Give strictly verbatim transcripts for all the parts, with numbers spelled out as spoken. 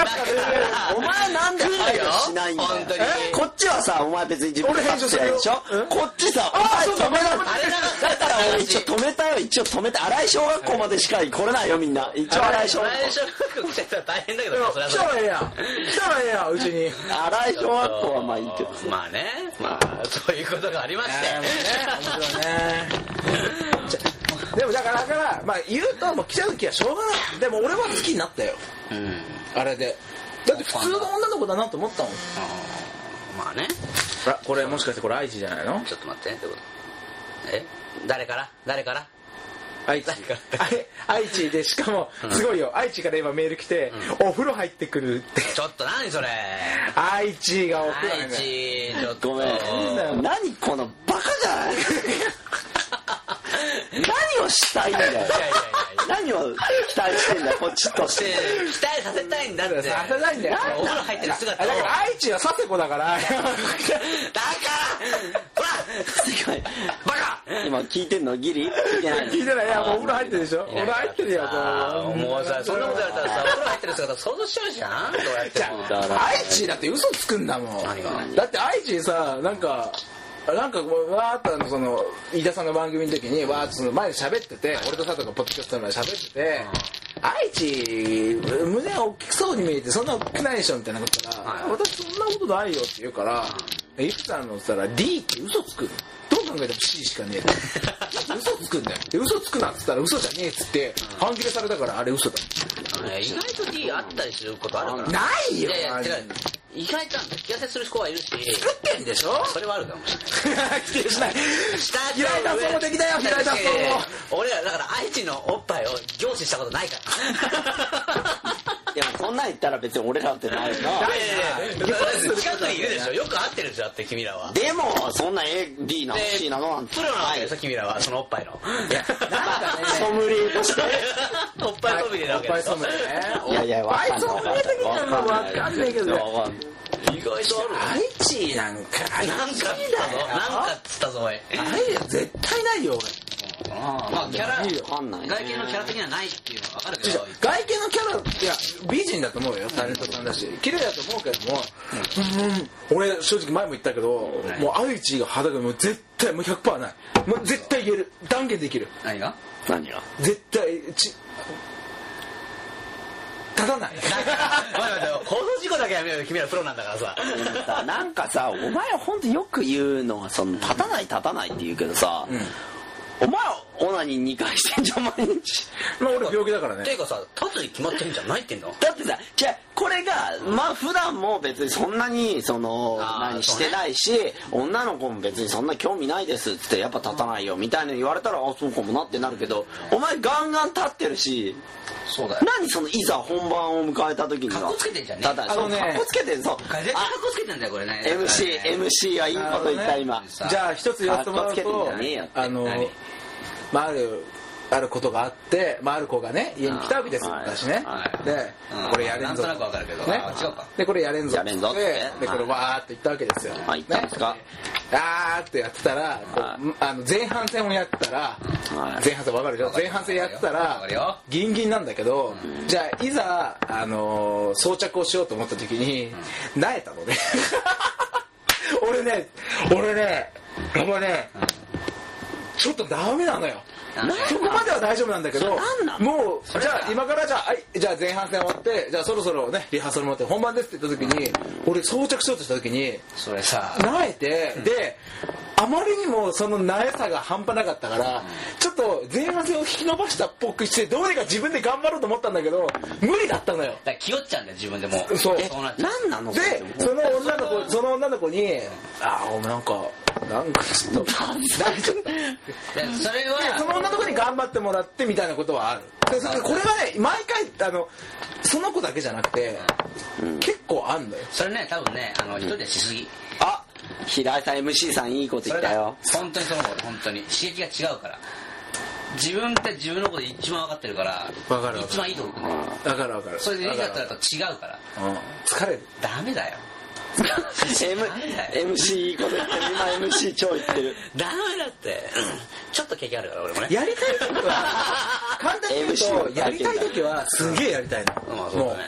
お前なんで配慮しないんだよ。こっちはさ、お前別に自分で買ってないでしょ。こっちさ、お前止めなかった。だから俺一応止めたよ。一応止めて、新井小学校までしか来れないよみんな。一応新井小学校。 新井小学校来ちゃったら大変だけど。 来たらええやん。来たらええやん、うちに。 新井小学校はまあいいけど。 まあね、まあそういうことがありまして。 面白いね。でもだからだからまあ言うともう来た時はしょうがない。でも俺は好きになったよ。うん。あれで。だって普通の女の子だなと思ったもん。 まあね。 あ、これもしかしてこれ愛知じゃないの？ ちょっと待ってってこと。え？誰から誰から？ 愛知愛知でしかもすごいよ、愛知から今メール来て、うん、お風呂入ってくるってちょっと何それ愛知がお風呂愛知ちょっとごめん何このバカじゃない何をしたいんだよ。いやいやいや何を期待してんだよこっちとして期待させたいんだってさせたいんだよ。 お風呂入ってる姿をだから愛知は佐世子だからだからほらバカ今聞いてんのギリ聞いてない聞いてない。いやもうお風呂入ってるでしょ。お風呂入ってるよ。 もうさそんなこと言われたらさお風呂入ってる姿想像しちゃうじゃん。どうやっても愛知だって嘘つくんだもん。だって愛知さなんかなんかわーっとあのその飯田さんの番組の時にわーっとその前に喋ってて、俺と佐藤がポッドキャストの前で喋ってて、愛知胸が大きそうに見えてそんな大きくないでしょみたいなことから、私そんなことないよって言うから、いくつあるのって言ったら D って嘘つくの。どう考えても C しかねえだ嘘つくんだよ。で嘘つくなって言ったら嘘じゃねえっつって半切れされたからあれ嘘だ。 意外と D あったりすることあるからないよ。 いやいや違う意外と気痩せする子はいるし作ってんでしょ。 それはあるかもしれない否定しない。平井達夫もできたよ。平井達夫も俺らだから愛知のおっぱいを凝視したことないからいやそんなん言ったら別に俺らってないな。いやいや近くにいるでしょ。よく会ってるでしょ。だって君らはでもそんな A D なの C なのなんてプロなわけでしょ君らはそのおっぱいのいやなんかねソムリエとしておっぱいソムリエなわけでしょ。 いやいやあいつソムリエ的にはもう分かんないけど意外とある。 愛知なんかなんかっつったぞなんかっつったぞおい。 絶対ないよ俺。 あまあキャラ外見のキャラ的にはないっていうのは分かるけど外見のキャラいや美人だと思うよ。タレントさんだし綺麗だと思うけども、うん、俺正直前も言ったけどもう愛知が肌がもう絶対もう ひゃくパーセント ないもう絶対言える断言できる。 何が何が絶対ち立たない放送事故だけやめようよ。君らプロなんだからさなんかさお前は本当よく言うのはその立たない立たないって言うけどさ、うんお前はオナニーにかいしてんじゃん毎日。 まあ俺病気だからね。 ていうかさ立つに決まってんじゃないってんの。 だってさじゃあこれがまあ普段も別にそんなにその何してないし、ね、女の子も別にそんな興味ないですっつってやっぱ立たないよみたいな言われたらあそうかもなってなるけどお前ガンガン立ってるし。 そうだよ。 何そのいざ本番を迎えた時にカッコつけてんじゃんね。 ただそのカッコつけてんそう絶対カッコつけてんだよこれね。 エムシー エムシー はいいこと言った今。 じゃあ一つ言わせてもらうとあのまああるあることがあって、まあ、ある子がね家に来たわけですよ昔ね。でこれやれんぞなんとなくわかるけどね。 でこれやれんぞってでこれわーって言ったわけですよ。 はい言ったんですか。 あーってやってたらあの前半戦をやったら前半戦わかるでしょ。前半戦やってたらギンギンなんだけどじゃあいざあの装着をしようと思った時に萎えたのね俺ね俺ねやっぱねちょっとダメなのよ。そこまでは大丈夫なんだけどもうじゃあ今からじゃあ、はい、じゃあ前半戦終わってじゃあそろそろねリハーサルもって本番ですって言った時に俺装着しようとした時にそれさ萎えて、うん、であまりにもその萎えさが半端なかったから、うん、ちょっと前半戦を引き伸ばしたっぽくしてどうにか自分で頑張ろうと思ったんだけど無理だったのよ。 だから気負っちゃうんだよ自分でも。 そう何なのでその女の子その女の子にああお前なんかなんかちょっと大丈夫それはその女の子に頑張ってもらってみたいなことはある。でそれこれがね毎回あのその子だけじゃなくて、うん、結構あんのよ。 それね多分ねあの一人でしすぎ、うん、 あ平井さん エムシー さんいいこと言ったよ。 本当にその子本当に刺激が違うから自分って自分のこと一番分かってるから分かる一番いいとこ分かる分かるそれでいいだったらと違うから、 うん、疲れるダメだよ M、エムシー いいこと言ってる今 エムシー 超言ってるダメだって、うん、ちょっと経験あるから俺もねやりたい時は簡単に言うとやりたい時はすげえやりたいの、 うん、まあそうだね、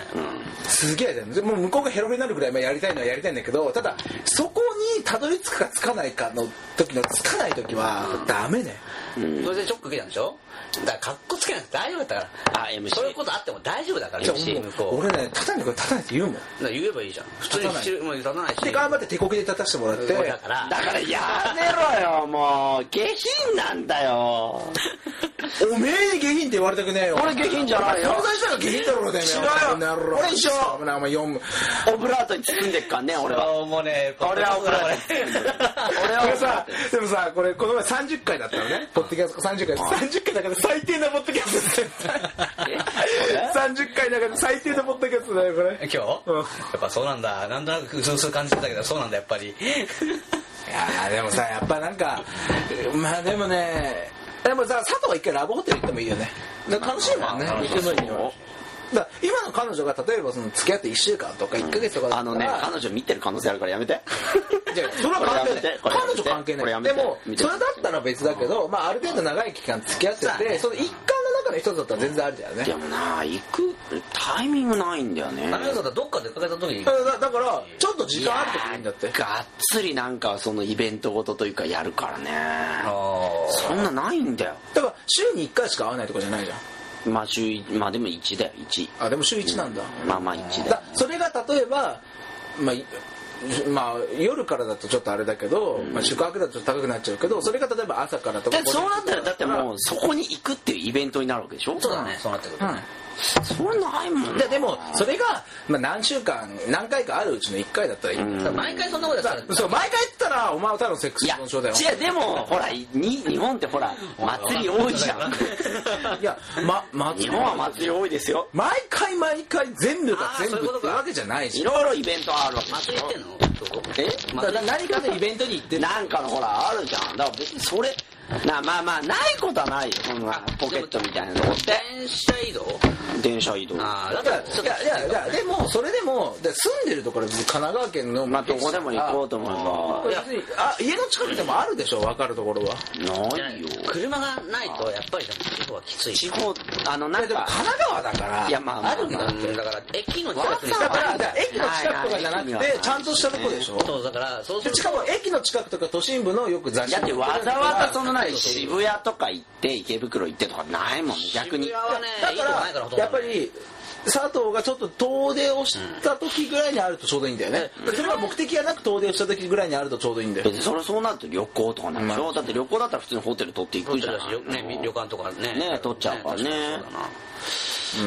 すげえだよ。もう向こうがヘロヘロになるぐらいやりたいのはやりたいんだけど、ただそこにたどり着くかつかないかの時のつかない時はダメね、 うん、それでショック受けたんでしょ。だからカッコつけなくて大丈夫だったから。あ、エムシー そういうことあっても大丈夫だから。 エムシー 向こう俺ね、立たないと立たないって言うもん。 言えばいいじゃん。普通にもう立たないしで頑張って手こきで立たせてもらって。 だからだからやめろよ、もう下品なんだよ。 おめえに下品って言われたくねえよ。 俺下品じゃないよ。 存在したら下品だろうね。 違うよ、俺一緒。 お前読むオブラートに包んでっかんね、俺は。 もうね、 俺はオブラート。俺はさ、でもさ、これこの前さんじゅっかいだったのね。ポッドキャストさんじゅっかいさんじゅっかいだから最低なポッドキャスト絶対さんじゅっかいだから最低なポッドキャストだよこれ。 今日、うん、やっぱそうなんだ。なんとなくうすうす感じてたけどそうなんだやっぱり。いやでもさ、やっぱなんかまあでもね、でもさ、佐藤は一回ラブホテル行ってもいいよね。楽しいもんね。行ってもいいよ。だ今の彼女が例えばその付き合っていっしゅうかんとかいっかげつとかだったら、 あのね、彼女見てる可能性あるからやめて。 じゃあそれは関係ない。彼女関係ない。でもそれだったら別だけど、まあある程度長い期間付き合ってて、その一環の中の一つだったら全然あるじゃんね。 でもな、行くタイミングないんだよね。 あれだったらどっか出かけた時に。 だからちょっと時間ある時にいいんだって。 がっつりなんかそのイベントごとというかやるからね。そんなないんだよ。 だから週にいっかいしか会わないとかじゃないじゃん。 まあ週まあでもいちだよ、いち。 あ、でも週いちなんだ、 うん、まあまあいちだよ。 だそれが例えばまあまあ夜からだとちょっとあれだけど、うん、まあ、宿泊だと高くなっちゃうけど、それが例えば朝からとか。 そうなったらだってもうそこに行くっていうイベントになるわけでしょ。 そうだね、そうなってくるとね、 うん、それないもん。 ででもそれが、まあ、何週間何回かあるうちのいっかいだったらいい、うん、 毎回そんなことやったら、 そう毎回言ったらお前はただのセックスの症だよ。 いや違う、でもほらに日本ってほら祭り多いじゃん。 いや、ま、祭り日本は祭り多いですよ。 毎回毎回全部が全部ってわけじゃないし、 いろいろイベントあるわけ。 祭りってんの？ え？ だ何かのイベントに行ってなんかのほらあるじゃん。だから別にそれな、まあまあないことはないよ、そんなポケットみたいなのって。 電車移動？ 電車移動。 ああ、だからいやいやいや、でもそれでも住んでるところは神奈川県のまあどこでも行こうと思えば、 別にあ家の近くでもあるでしょ、分かるところは。 ないよ。 車がないとやっぱり地方はきつい。 地方あのなんか神奈川だから。 いやまああるんだって。 だから駅の近くにだから駅の近くとかじゃなくてちゃんとしたとこでしょ。 そうだからそうするとしかも駅の近くとか都心部のよく雑誌。 だってわざわざそのない渋谷とか行って池袋行ってとかないもん逆に。 渋谷はね、 だからやっぱり佐藤がちょっと遠出をした時ぐらいにあるとちょうどいいんだよね、うん、それは目的がなく遠出をした時ぐらいにあるとちょうどいいんだよ。 別にそれそうなると旅行とかなんでしょ、うん、だって旅行だったら普通にホテル取っていくじゃない、 ね、旅館とかねね取っちゃうからね。 うん、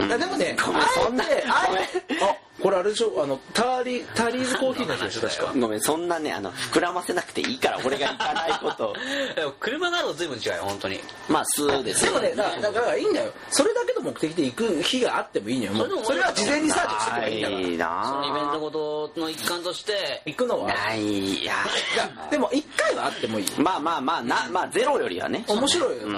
でもね、そんなあこれあれでしょ、あのターリターリーズコーヒーのやつでしょ確か。 ごめん、そんなねあの膨らませなくていいから俺が行かないことでも車があると随分違うよ本当に。 まあ数ですよね。でもねだからいいんだよ、それだけの目的で行く日があってもいいのよ。もうそれは事前にサーチしてもいいんだから。いいなそのイベントごとの一環として行くのはないやでもいっかいはあってもいい。 まあまあまあな、まあゼロよりはね面白いよ、うん、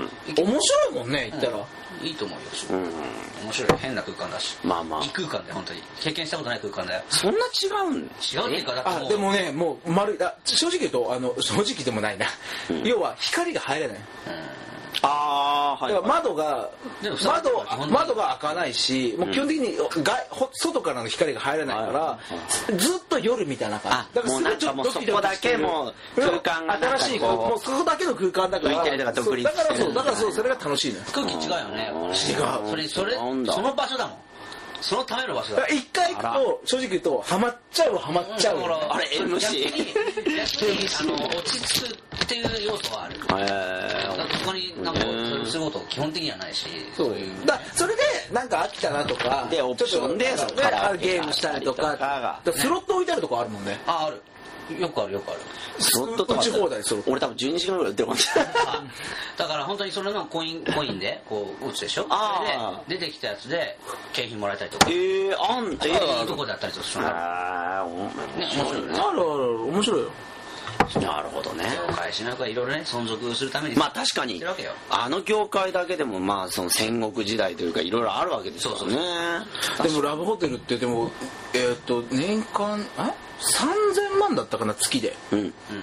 面白いもんね行ったら、 うん、いいと思うよ、うん、面白い変な空間だし、 まあまあいい空間だよ本当に経験したことない空間だよ。 そんな違うん違うっていうかだってもうあでもねもう丸いあ正直言うとあの正直でもないな、うん、要は光が入れない、うん、 ああ、はい、 だから窓が窓窓が開かないし、もう基本的に外外からの光が入らないから、うん、ずっと夜みたいな感じ。 だからもうなんかもうそこだけもう空間が新しいもうそこだけの空間だから。 だから独立してる。 だからそうだからそうそれが楽しいのよ。 空気違うよね。 違う。 それそれその場所だもん。そのための場所だ。 一回行くと正直言うとハマっちゃうハマっちゃう、ね、 あれ エムシー逆にあの落ち着くっていう要素はある。 へえ。そこになんかそういうこと基本的にはないし。 そういうだそれでなんか飽きたなとかでオプションでゲームしたりとかスロット置いてあるとこあるもんね。 あある。よくあるよくある。 スロットとか俺多分じゅうにじかんぐらい売ってるもんね。 だから本当にそれのコインコインでこう打つでしょ。それで出てきたやつで景品もらえたりとか。 ええあんていいとこだったりとかする。 ああ面白いね。 あるある面白いよ。 なるほどね。 業界しなくはいろいろね存続するために。 まあ確かにあの業界だけでもまあその戦国時代というかいろいろあるわけですよね。そうそうでもラブホテルってでもえっと年間あさんぜんまんだったかな月で。 うん。うん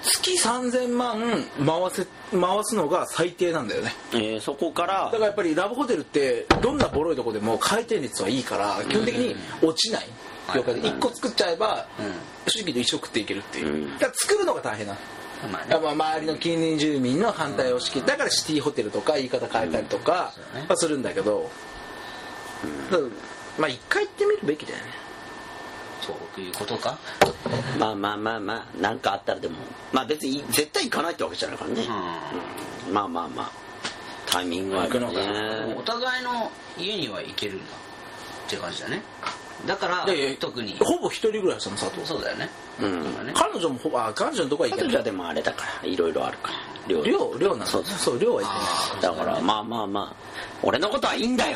月さんぜんまん回せ回すのが最低なんだよね。 えー、そこからだからやっぱりラブホテルってどんなボロいとこでも回転率はいいから基本的に落ちない業界でいっこ作っちゃえば主義で一生食っていけるっていう。だから作るのが大変なの。まあね、まあ周りの近隣住民の反対を仕切ってだからシティホテルとか言い方変えたりとかはするんだけど、だからまあ一回行ってみるべきだよね。 そういうことか。 まあまあまあまあなんかあったらでもまあ別に絶対行かないってわけじゃないからね、うん、まあまあまあタイミングは行くのかな。 お互いの家には行けるんだっていう感じだね。だから特にほぼ一人暮らしの佐藤。 そうだよね、 うん、ね彼女もほぼあ彼女のとこは行けない。 彼女はでもあれだからいろいろあるから量量量なんそうそう量は行けない。だからまあまあまあ俺のことはいいんだよ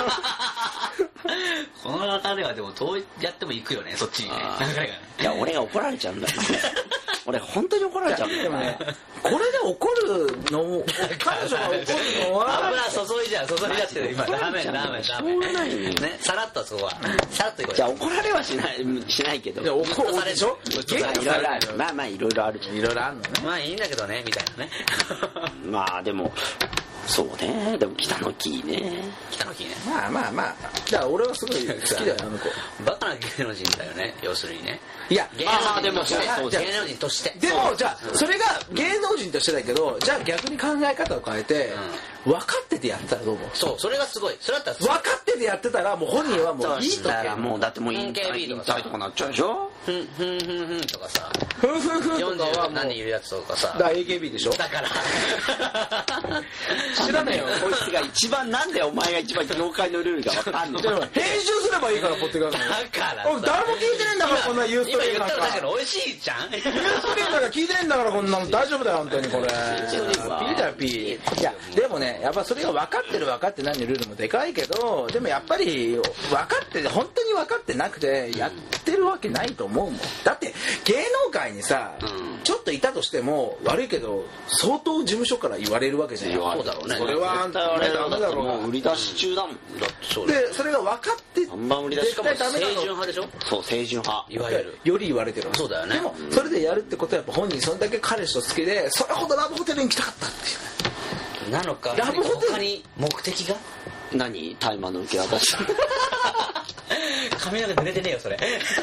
この中ではでもどうやっても行くよねそっちにね。 いや俺が怒られちゃうんだよ俺本当に怒られちゃうんだよ。 でもねこれで怒るの彼女が怒るのは油注いじゃん注いじゃってる今ラーメンラーメンラーメンねさらっとそこはさらっといこう。 じゃあ怒られはしないしないけど。 いや怒るでしょ。 まあまあいろいろあるじゃん。 いろいろあるのね。 まあいいんだけどねみたいなねまあでもそうね。でも北の木ね北の木ねまあまあまあじゃあ俺はすごい好きだよあの子。 バカな芸能人だよね要するにね。 いや芸能人として芸能人としてでもじゃあそれが芸能人としてだけどじゃあ逆に考え方を変えて分かっててやったらどう思う。 そうそれがすごい。それだったら分かっててやってたらもう本人はもういいとかもうだってもう引退とかなっちゃうでしょ。 ふんふんふんふんとかさふんふんふんとかは何人いるやつとかさだ エーケービー でしょ。 だから知らねえよこいつが一番なんでお前が一番業界のルールが分かんの。 編集すればいいからポッドキャストだから誰も聞いてねえんだからこんなユーストリームなんか。 今言ったらだけど美味しいじゃん。ユーストリームなんか聞いてねえんだからこんなの大丈夫だよ本当にこれ。ピーだよピー。いやでもねやっぱそれが分かってる分かってないのルールもでかいけどでもやっぱり分かって本当に分かってなくてやってるわけないと思うもん。だって芸能界にさ、うん、ちょっといたとしても悪いけど相当事務所から言われるわけじゃない。 そうだろうね。 それはあれダメだろう。もう売り出し中だもん。だってそうでそれが分かってあんま売り出しかも清純派でしょ。 そう清純派いわゆるより言われてる。 そうだよね。 でもそれでやるってことはやっぱ本人そんだけ彼氏と好きでそれほどラブホテルに来たかったっていうなのか。 ラブホテル他に目的が何大麻の受け渡し髪の毛濡れてねえよそれ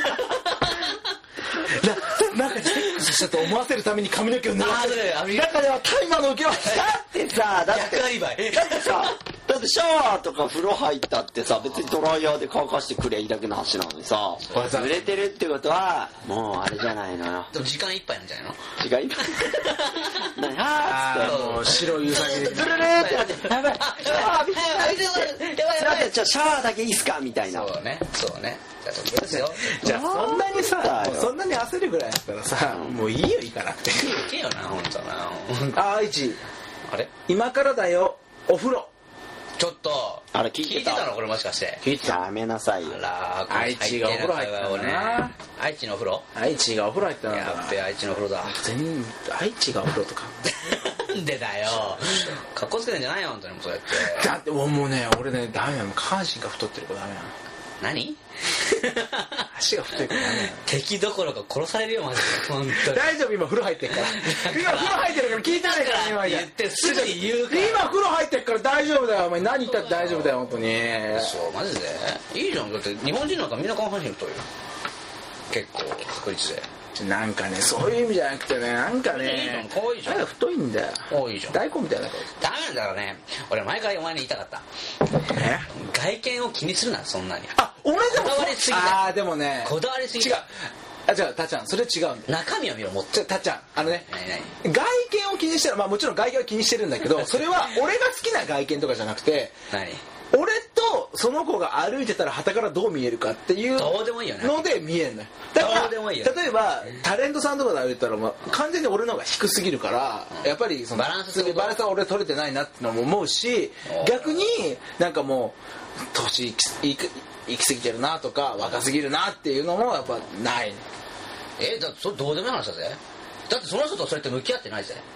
ななんかセックスしたと思わせるために髪の毛を濡らして中では大麻の受け渡しだってさだって逆アリバイだってさだってシャワーとか風呂入ったってさ別にドライヤーで乾かしてくりゃいいだけの話なのにさ濡れてるってことはもうあれじゃないのよ。 でも時間いっぱいなんじゃないの。 時間いっぱいあーって白いウサギでドゥルルーってなってやばいシャワー浴びてないじゃあシャワーだけいいっすかみたいな。 そうねそうねじゃあじゃあそんなにさそんなに焦るぐらいだったらさもういいよ行かなくて。 いいよな本当な。 あ愛知あれ今からだよお風呂ちょっとあれ聞いてたのこれもしかして聞いてた。やめなさいよ。 愛知がお風呂入ってたな。 愛知のお風呂愛知がお風呂入ってたな。 やっべ愛知のお風呂だ。 全愛知がお風呂とかなんでだよかっこつけてんじゃないよ本当にもうそうやってだってもうね俺ねダメなの下半身が太ってるからダメなの。 何足が太いからダメなの。 敵どころか殺されるよマジで本当に。大丈夫今風呂入ってるから今風呂入ってるから聞いてないから今言ってすぐに言うから今風呂入ってるから大丈夫だよお前何言ったって大丈夫だよ本当に。 そうマジでいいじゃん。だって日本人なんかみんな下半身太いよ結構確率で。 なんかねそういう意味じゃなくてねなんかね可愛いじゃん。 なんか太いんだよ。 多いじゃん大根みたいな顔。 ダメなんだからね俺前からお前に言いたかった。 え外見を気にするなそんなに。 あお前でもこだわりすぎだ。 あーでもねこだわりすぎ違うあじゃあたっちゃんそれ違うんだよ。 中身を見ろもっと。 じゃあたっちゃんあのね何外見を気にしてるまあもちろん外見は気にしてるんだけどそれは俺が好きな外見とかじゃなくて何俺とその子が歩いてたら傍からどう見えるかっていうどうでもいいよねので見えんのよ。だからどうでもいいよ例えばタレントさんとかで歩いてたら、まあ、完全に俺の方が低すぎるから、うん、やっぱりそのバランスバランスは俺取れてないなってのも思うし逆になんかもう年いき行き過ぎてるなとか若すぎるなっていうのもやっぱない。 えだってそれどうでもいい話だぜ。だってその人とそれって向き合ってないぜ。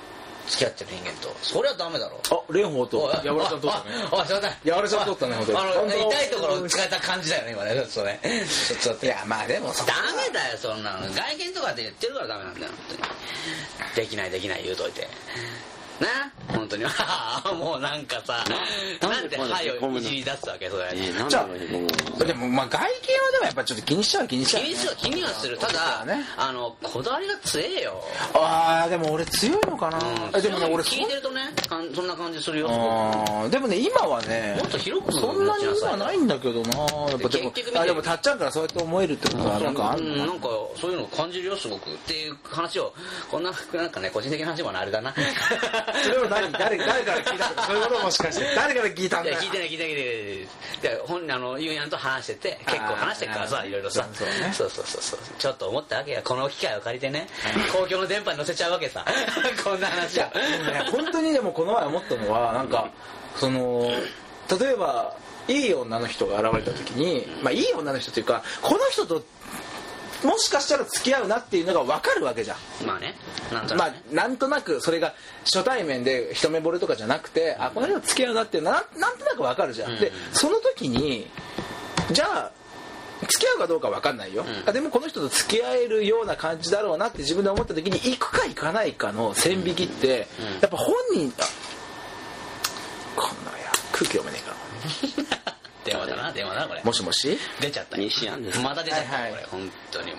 付き合ってる人間とそれはダメだろ。 あ、蓮舫とやわらちゃんとったね。 あ、すいません。 やわらちゃんとったね、本当に。 あの痛いところを使えた感じだよね今ね。ちょっとね。ちょっといやまあでもダメだよそんなの。外見とかって言ってるからダメなんだよ本当に。できないできない言うといて。な本当にもうなんかさなんで歯をいじり出すわけそれ。 じゃあでもまあ外見はでもやっぱちょっと気にしちゃう気にしちゃう。 気にしちゃう気にはする。ただあのこだわりが強えよ。 ああでも俺強いのかな。でもね俺聞いてるとねそんな感じするよ。 ああでもね今はねもっと広くそんなに今ないんだけどな。やっぱでもあでもたっちゃんからそうやって思えるってことはなんかあるの。 なんかそういうの感じるよすごくっていう話をこんななんかね個人的な話もあれだな。 それを何誰誰から聞いたとかそういうこともしかして誰から聞いたんだよ。 聞いてない聞いてない聞いてない。で本あのゆうやんと話してて結構話してるからさいろいろさ。そうそうそうそうちょっと思ったわけや。この機会を借りてね公共の電波に乗せちゃうわけさ。こんな話は。 本当にでもこの前思ったのはなんかその例えばいい女の人が現れた時にまあいい女の人というかこの人ともしかしたら付き合うなっていうのが分かるわけじゃん。 まあね。なんとなく、ね、まあ、なんとなくそれが初対面で一目惚れとかじゃなくて、うん、あこの人と付き合うなっていうのは な, なんとなく分かるじゃん、うん、でその時にじゃあ付き合うかどうか分かんないよ、うん、でもこの人と付き合えるような感じだろうなって自分で思った時に行くか行かないかの線引きって、うんうん、やっぱ本人こんなや空気読めねえか電話だな電話だなこれ。 もしもし出ちゃった西安です。また出ちゃった、はいはい、これ本当にも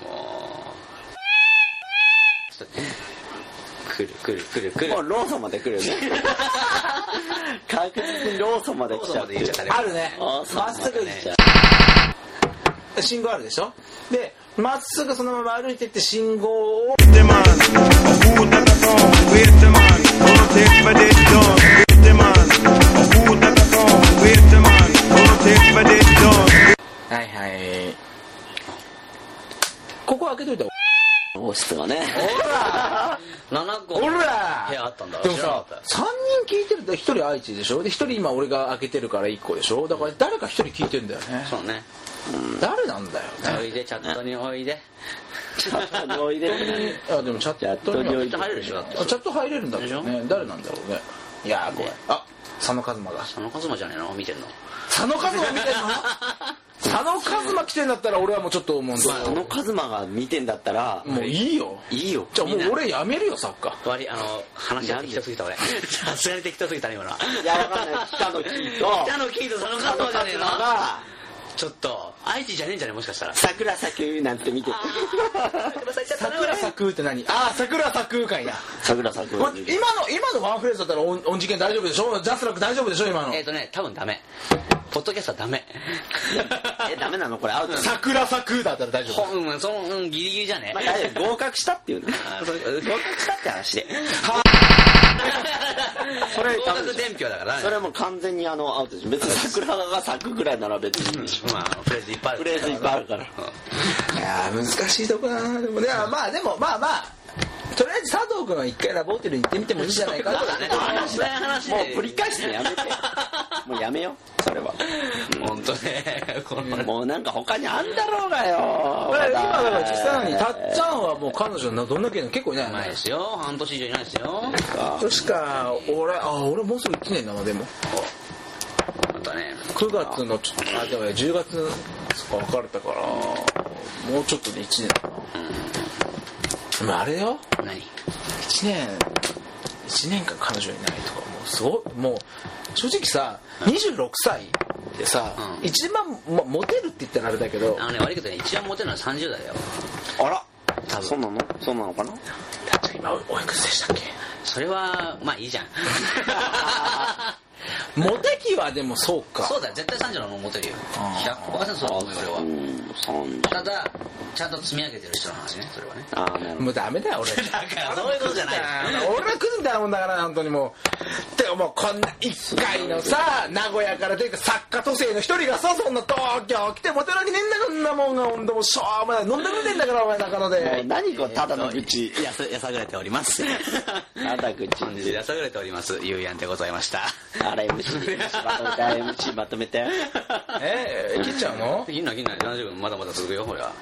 う来る来る来る来る。 もうローソンまで来るね。確実にローソンまで来ちゃう。 あるね。まっすぐ信号あるでしょ。でまっすぐそのまま歩いてって信号をはいはいここ開けといた王室がねほらななこほら部屋あったんだ。 でもささんにん聞いてるとひとり愛知でしょ。でひとり今俺が開けてるからいっこでしょ。だから誰かひとり聞いてんだよね。 そうね、 うん、誰なんだよね。 おいでチャットにおいでチャットにおいであでもチャットにおいで入れるでしょ。だってチャット入れるんだけどね。誰なんだろうね。いやー怖い。あ佐野一馬が。 佐野一馬じゃねえの見てんの。 佐野一馬見てんの。佐野一馬来てんだったら俺はもうちょっと思うんだ。 佐野一馬が見てんだったらもういいよいいよ。 じゃあもう俺やめるよサッカー。 割あの話が適当すぎた俺。さすがに適当すぎたね今のは。 いやわかんない。北野キーと北野キーと佐野一馬じゃねえの。ちょっと愛知じゃねえんじゃねえもしかしたら。 桜咲くなんて見て桜咲くって何。ああ桜咲くかいな。 桜咲く。 今の今のワンフレーズだったら音音事件大丈夫でしょ。ジャスラック大丈夫でしょ今の。 えっとね多分ダメ。ポッドキャストはダメ。 えダメなのこれアウト。 桜咲くだったら大丈夫。 うんそのうんギリギリじゃね。 まあ大丈夫合格したっていうの。合格したって話で。 それ合格伝票だからね。 それはもう完全にあのアウトです。別に桜が咲くぐらいなら別に。 まあフレーズいっぱいある。 フレーズいっぱいあるから。いや難しいとこだな。でもねまあでもまあまあ。とりあえず佐藤君は一回ラボホテルに行ってみてもいいんじゃないかとかね。 話だ話もう繰り返すのやめて。もうやめようそれは。 本当ね。 もうなんか他にあんだろうがよ。 今だから実際にたっちゃんはもう彼女のどんだけ結構いないないですよ。半年以上いないですよ。 確か俺あ俺もうすぐいちねんなのでも。 またね。 くがつのちょっとあでもじゅうがつそっか別れたからもうちょっとでいちねんだな。でもあれよ。 何？ いちねんいちねんかん彼女いないとかもうすごいもう正直さ、うん、にじゅうろくさいでさ、うん、一番、ま、モテるって言ったらあれだけどあのね悪いけどね一番モテるのはさんじゅうだいだよ。 あら多分そうなのそうなのかな。 今おいくつでしたっけ。 それはまあいいじゃん。 モテ期はでもそうか。 そうだよ絶対さんじゅうのもモテるよ。ひゃくパーセントそうだと思うよ俺は。ただちゃんと積み上げてる人の話ねそれはね。 ああもうダメだよ俺。 だからそういうことじゃない。 俺はクズみたいなもんだから本当にもう。てかもうこんな一回のさ名古屋からというか作家都政の一人がさそんな東京来てモテるわけねえんだこんなもんがほんともうしょうもない飲んでくれてんだからお前中野で。 何これただの愚痴。 やさやさぐれております。 ただ愚痴。 本日やさぐれておりますゆうやんでございました。 あれ エムシー まとめて エムシー まとめて。 えー、切っちゃうの？ 切んない切んない大丈夫まだまだ続くよほら。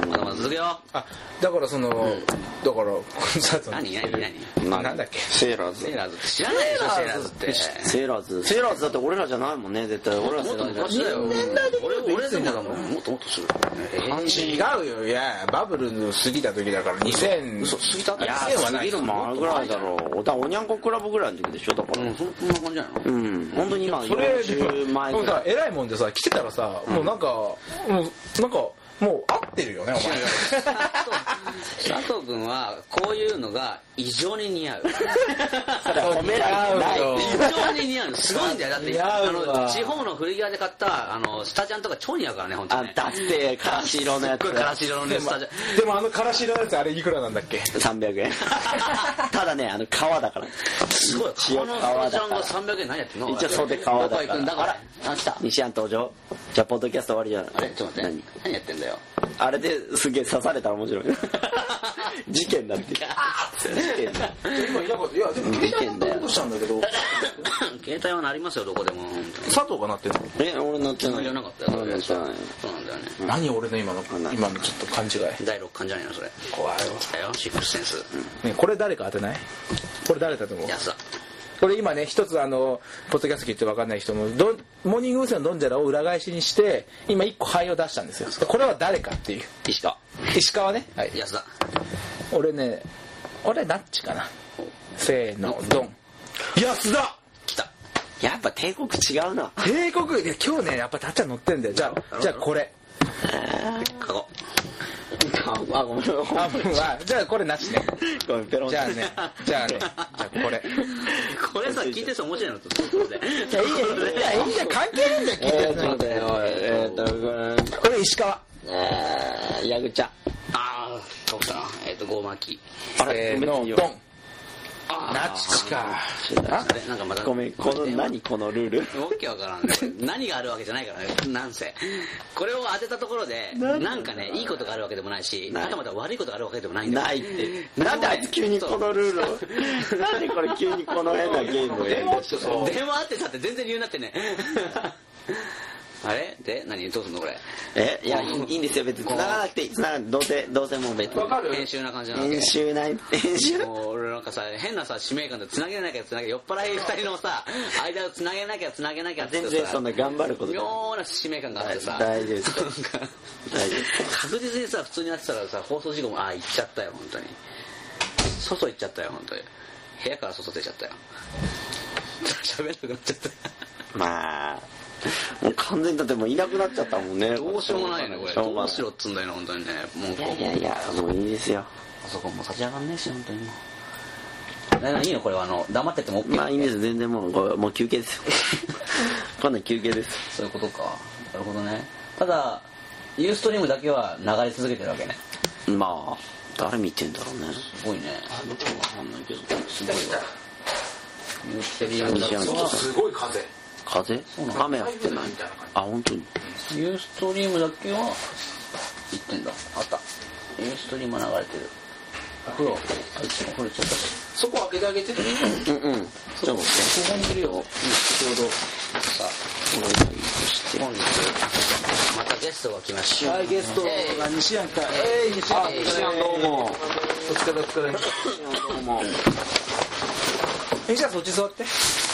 まだまだ続けよう。 あ、だからその、うん、だから何何何なんだっけ、 セーラーズ。 セーラーズって知らないでしょ、セーラーズって。 セーラーズセーラーズだって俺らじゃないもんね、絶対。俺ら世代だよ。 年代的に俺俺でもだもん、もっともっとする。 違うよ、いやバブルの過ぎた時だからにせん。 嘘過ぎた？ いや過ぎるもあるぐらいだろう。だおにゃんこクラブぐらいの時でしょ、だから。 うん、そんな感じじゃないの？ うん、本当に今それでもさ、偉いもんでさ来てたらさ、もうなんかもうなんかもう合ってるよね、お前。 佐藤君はこういうのが異常に似合う。 褒められない。 異常に似合う。すごいんだよ。だってあの地方の古着屋で買ったあのスタジャンとか超似合うからね、本当に。 あ、だってからし色のやつ。 からし色のねスタジャン。 でもあのからし色のやつあれいくらなんだっけ？ さんびゃくえん。ただね、あの革だから。 すごい。 塩革だから。スタジャンがさんびゃくえん何やってんの？ 一応袖革だから。 だから。あ、来た。 西安登場。じゃあポッドキャスト終わりじゃない。 あれちょっと待って。何やってんだよ。 あれですげえ刺されたら面白い。事件だって。事件だ。 今いなかった。いやでも携帯なことしたんだけど。 携帯は鳴りますよ、どこでも。 佐藤が鳴ってんの？ え、俺鳴ってない。 じゃなかったよ。 鳴ってない。 そうなんだよね。 何俺の今の今のちょっと勘違い。 だいろっかんじゃないのそれ。 怖いわ。 来たよ、シックスセンス。 ね、これ誰か当てない？これ誰だと思う？ 安田。 これ今ね一つあのポッドキャスト聞いて分かんない人もどモーニング娘。のドンジャラを裏返しにして今一個牌を出したんですよ。これは誰かっていう。 石川。 石川ね。はい。 安田。 俺ね俺ナッチかな。せーのドン。安田。 来た。 やっぱ帝国違うな。 帝国いや今日ねやっぱたっちゃん乗ってんだよ。じゃあじゃあこれ。 カゴ。 あ、ごめん。 あ、じゃあこれなしね。 ごめん、ペロン。 じゃあね、じゃあね、じゃあこれ。 これさ、聞いてる人面白いのと、そうで。 いや、いいや、いいや、いいや、関係ないんだよ、聞いてる人。 えーっと、 これ石川。 えー、ヤグチャ。 あー、かぶったな。えーっと、ゴーマキ。 あれ、の、ドン。ナチか。 なんかまたごめん、この何このルール。 わけわからんね。何があるわけじゃないからね。なんせこれを当てたところでなんかねいいことがあるわけでもないし、またまた悪いことがあるわけでもないんだよ。 ないって。なんであいつ急にこのルールを。なんでこれ急にこの変なゲームをやりだしたの。電話あってさって全然理由になってね。あれで何どうすんのこれ。 えいやいいんですよ別に繋がなくていい。繋がどうせどうせもう別に編集な感じなわけ。 編集ない編集もう俺なんかさ変なさ使命感で繋げなきゃ繋げ酔っ払い二人のさ間を繋げなきゃ繋げなきゃって全然そんな頑張ること妙な使命感があってさ大丈夫です大丈夫確実にさ普通にやってたらさ放送事故もああ行っちゃったよ本当に外行っちゃったよ本当に部屋から外出ちゃったよ喋らなくなっちゃったまあもう完全にだってもういなくなっちゃったもんね。 どうしようもないねこれ。どうしろっつんだよな本当にね。もういやいやいやもういいですよ。 パソコンも立ち上がんねえし本当にもう。いいのこれはあの黙ってても OK。 まあいいんです全然もうこれもう休憩ですよ。今度休憩です。 そういうことか。なるほどね。ただユーストリームだけは流れ続けてるわけね。 まあ誰見てんだろうね。 すごいね。 あ見てもわかんないけどすごいわ。ユーストリームだけはすごい風。 風？雨降ってない。あ本当に。 ユーストリームだけは行ってんだ。あった。ユーストリーム流れてる。お風呂。あいつもこれちょっと。 そこ開けてあげて。 うんうん。 ちょっとここにいるよ。ちょうどさあ本日またゲストが来ました。 はいゲストが西山か。えい西山。 西山どうも。 お疲れお疲れ。 西山どうも。 えじゃあそっち座って。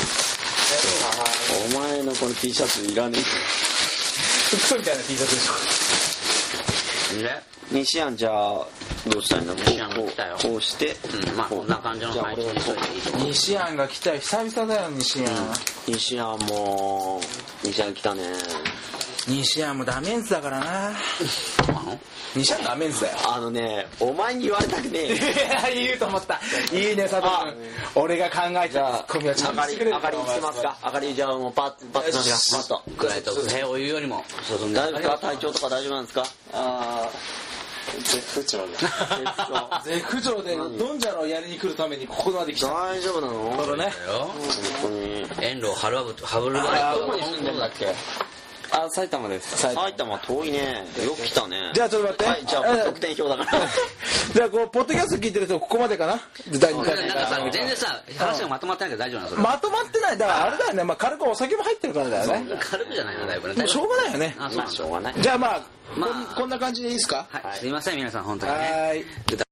お前のこの T シャツいらねえ。 服みたいな T シャツでしょ。 ね。 西安じゃあどうしたいんだ。 西安が来たよ。 こうして、 うん、まあこんな感じの配置にしといていいと思う。 西安が来たよ。久々だよ西安。 西安も西安来たね。 西安もダメンズだからな。西安ダメンズだよ。 あのねお前に言われたくねえ。 いや言うと思った。いいね佐藤君。俺が考えたツッコミはちゃんとしてくれる。 あかりしてますか。あかりじゃあもうパッパッとします。パッと。 ぐらいと不平を言うよりも。 大丈夫ですか体調とか大丈夫なんですか。 ああ。絶不調で。 絶不調でドンジャラをやりに来るためにここまで来た。 大丈夫なの。 そうね。 本当に。遠路はるばるはぶるばる。 どこに住んでんだっけ。 あ、埼玉です。埼玉遠いね。よく来たね。 じゃあちょっと待って。 はい、じゃあ得点表だから。 じゃあこうポッドキャスト聞いてる人ここまでかな。だいにかい。 なんかさ全然さ話がまとまってないけど大丈夫なのそれ。 まとまってない。だからあれだよね。まあ軽くお酒も入ってるからだよね。 軽くじゃないのだいぶね。 しょうがないよね。 あ、そうしょうがない。 じゃあまあこんな感じでいいですか。 はい。すいません皆さん本当にね。 はい。